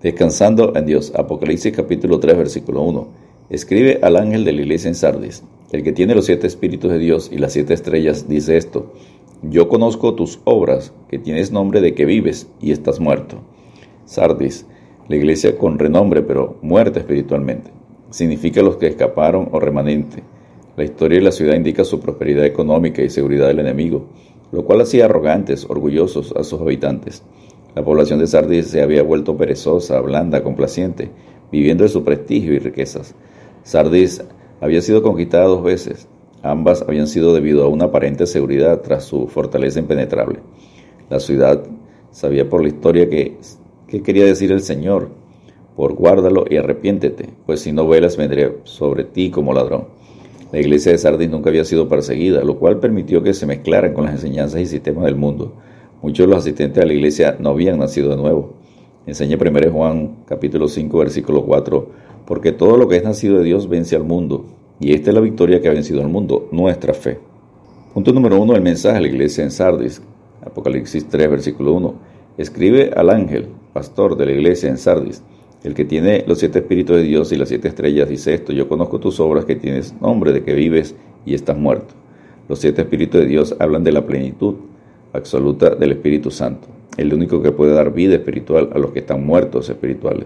Descansando en Dios. Apocalipsis capítulo 3, versículo 1. Escribe al ángel de la iglesia en Sardis, el que tiene los 7 espíritus de Dios y las 7 estrellas, dice esto: Yo conozco tus obras, que tienes nombre de que vives y estás muerto. Sardis, la iglesia con renombre, pero muerta espiritualmente. Significa los que escaparon o remanente. La historia de la ciudad indica su prosperidad económica y seguridad del enemigo, lo cual hacía arrogantes, orgullosos a sus habitantes. La población de Sardis se había vuelto perezosa, blanda, complaciente, viviendo de su prestigio y riquezas. Sardis había sido conquistada 2 veces. Ambas habían sido debido a una aparente seguridad tras su fortaleza impenetrable. La ciudad sabía por la historia qué quería decir el Señor: por guárdalo y arrepiéntete, pues si no velas vendré sobre ti como ladrón. La iglesia de Sardis nunca había sido perseguida, lo cual permitió que se mezclaran con las enseñanzas y sistemas del mundo. Muchos de los asistentes a la iglesia no habían nacido de nuevo. Enseña 1 Juan capítulo 5 versículo 4: porque todo lo que es nacido de Dios vence al mundo, y esta es la victoria que ha vencido al mundo, nuestra fe. Punto número 1 del mensaje a la iglesia en Sardis. Apocalipsis 3 versículo 1. Escribe al ángel, pastor de la iglesia en Sardis, el que tiene los 7 espíritus de Dios y las 7 estrellas, dice esto: Yo conozco tus obras, que tienes nombre de que vives y estás muerto. Los 7 espíritus de Dios hablan de la plenitud absoluta del Espíritu Santo, el único que puede dar vida espiritual a los que están muertos espirituales.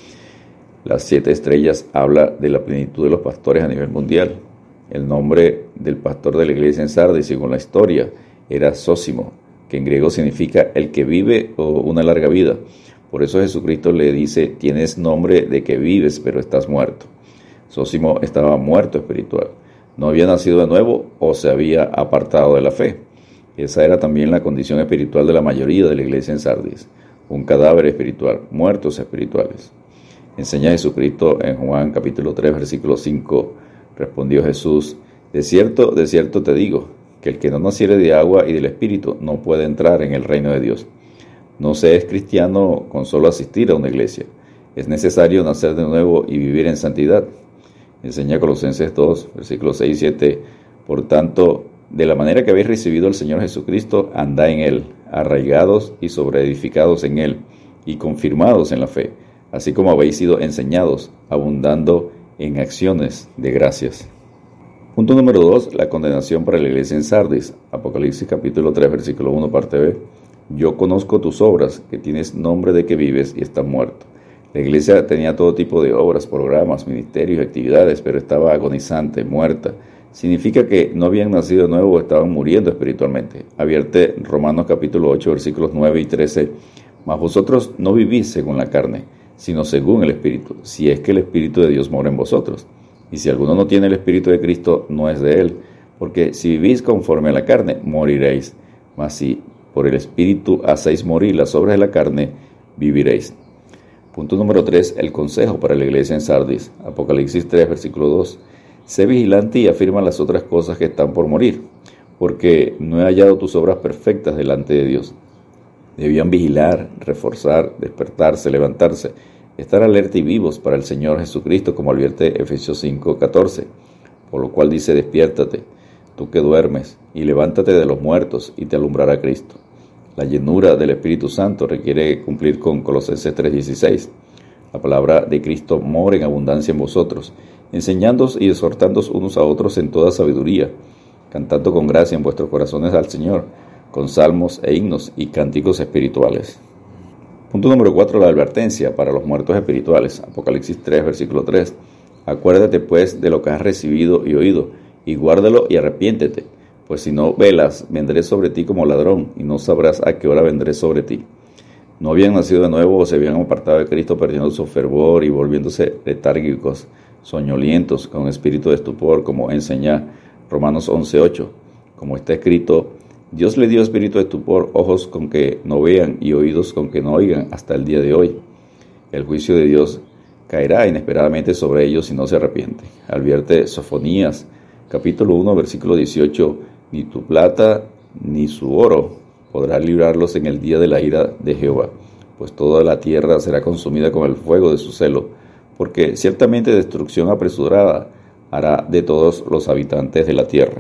Las 7 estrellas habla de la plenitud de los pastores a nivel mundial. El nombre del pastor de la iglesia en Sardis, según la historia, era Sósimo, que en griego significa el que vive o una larga vida. Por eso Jesucristo le dice: tienes nombre de que vives, pero estás muerto. Sósimo estaba muerto espiritual. No había nacido de nuevo o se había apartado de la fe. Esa era también la condición espiritual de la mayoría de la iglesia en Sardis: un cadáver espiritual, muertos espirituales. Enseña Jesucristo en Juan capítulo 3, versículo 5. Respondió Jesús: de cierto te digo, que el que no naciere de agua y del Espíritu no puede entrar en el reino de Dios. No se es cristiano con solo asistir a una iglesia. Es necesario nacer de nuevo y vivir en santidad. Enseña Colosenses 2, versículos 6 y 7. Por tanto, de la manera que habéis recibido al Señor Jesucristo, andad en Él, arraigados y sobreedificados en Él, y confirmados en la fe, así como habéis sido enseñados, abundando en acciones de gracias. Punto número 2. La condenación para la iglesia en Sardis. Apocalipsis capítulo 3, versículo 1, parte B. Yo conozco tus obras, que tienes nombre de que vives y estás muerto. La iglesia tenía todo tipo de obras, programas, ministerios y actividades, pero estaba agonizante, muerta. Significa que no habían nacido de nuevo o estaban muriendo espiritualmente. Advierte Romanos capítulo 8, versículos 9 y 13. Mas vosotros no vivís según la carne, sino según el Espíritu, si es que el Espíritu de Dios mora en vosotros. Y si alguno no tiene el Espíritu de Cristo, no es de él. Porque si vivís conforme a la carne, moriréis. Mas si por el Espíritu hacéis morir las obras de la carne, viviréis. Punto número 3. El consejo para la iglesia en Sardis. Apocalipsis 3, versículo 2. Sé vigilante y afirma las otras cosas que están por morir, porque no he hallado tus obras perfectas delante de Dios. Debían vigilar, reforzar, despertarse, levantarse, estar alerta y vivos para el Señor Jesucristo, como advierte Efesios 5, 14. Por lo cual dice: despiértate, tú que duermes, y levántate de los muertos, y te alumbrará Cristo. La llenura del Espíritu Santo requiere cumplir con Colosenses 3:16. La palabra de Cristo mora en abundancia en vosotros, enseñándoos y exhortándoos unos a otros en toda sabiduría, cantando con gracia en vuestros corazones al Señor, con salmos e himnos y cánticos espirituales. Punto número 4. La advertencia para los muertos espirituales. Apocalipsis 3, versículo 3. Acuérdate pues de lo que has recibido y oído, y guárdalo y arrepiéntete, pues si no velas, vendré sobre ti como ladrón, y no sabrás a qué hora vendré sobre ti. No habían nacido de nuevo o se habían apartado de Cristo, perdiendo su fervor y volviéndose letárgicos, soñolientos, con espíritu de estupor, como enseña Romanos 11:8. Como está escrito: Dios le dio espíritu de estupor, ojos con que no vean y oídos con que no oigan, hasta el día de hoy. El juicio de Dios caerá inesperadamente sobre ellos si no se arrepienten. Advierte Sofonías, capítulo 1, versículo 18: Ni tu plata ni su oro podrá librarlos en el día de la ira de Jehová, pues toda la tierra será consumida con el fuego de su celo, porque ciertamente destrucción apresurada hará de todos los habitantes de la tierra.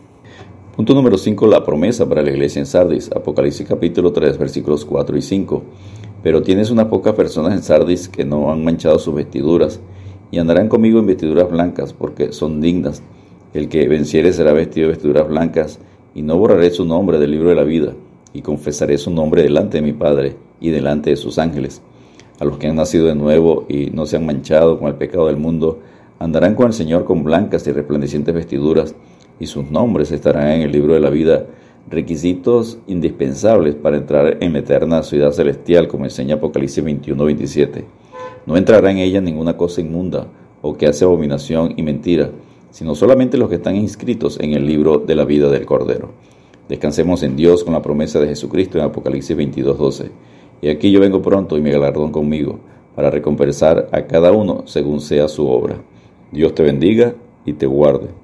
Punto número 5. La promesa para la iglesia en Sardis. Apocalipsis capítulo 3, versículos 4 y 5. Pero tienes unas pocas personas en Sardis que no han manchado sus vestiduras, y andarán conmigo en vestiduras blancas, porque son dignas. El que venciere será vestido de vestiduras blancas, y no borraré su nombre del libro de la vida, y confesaré su nombre delante de mi Padre y delante de sus ángeles. A los que han nacido de nuevo y no se han manchado con el pecado del mundo, andarán con el Señor con blancas y resplandecientes vestiduras, y sus nombres estarán en el libro de la vida, requisitos indispensables para entrar en la eterna ciudad celestial, como enseña Apocalipsis 21-27. No entrará en ella ninguna cosa inmunda, o que hace abominación y mentira, sino solamente los que están inscritos en el libro de la vida del Cordero. Descansemos en Dios con la promesa de Jesucristo en Apocalipsis 22:12. Y aquí yo vengo pronto y mi galardón conmigo, para recompensar a cada uno según sea su obra. Dios te bendiga y te guarde.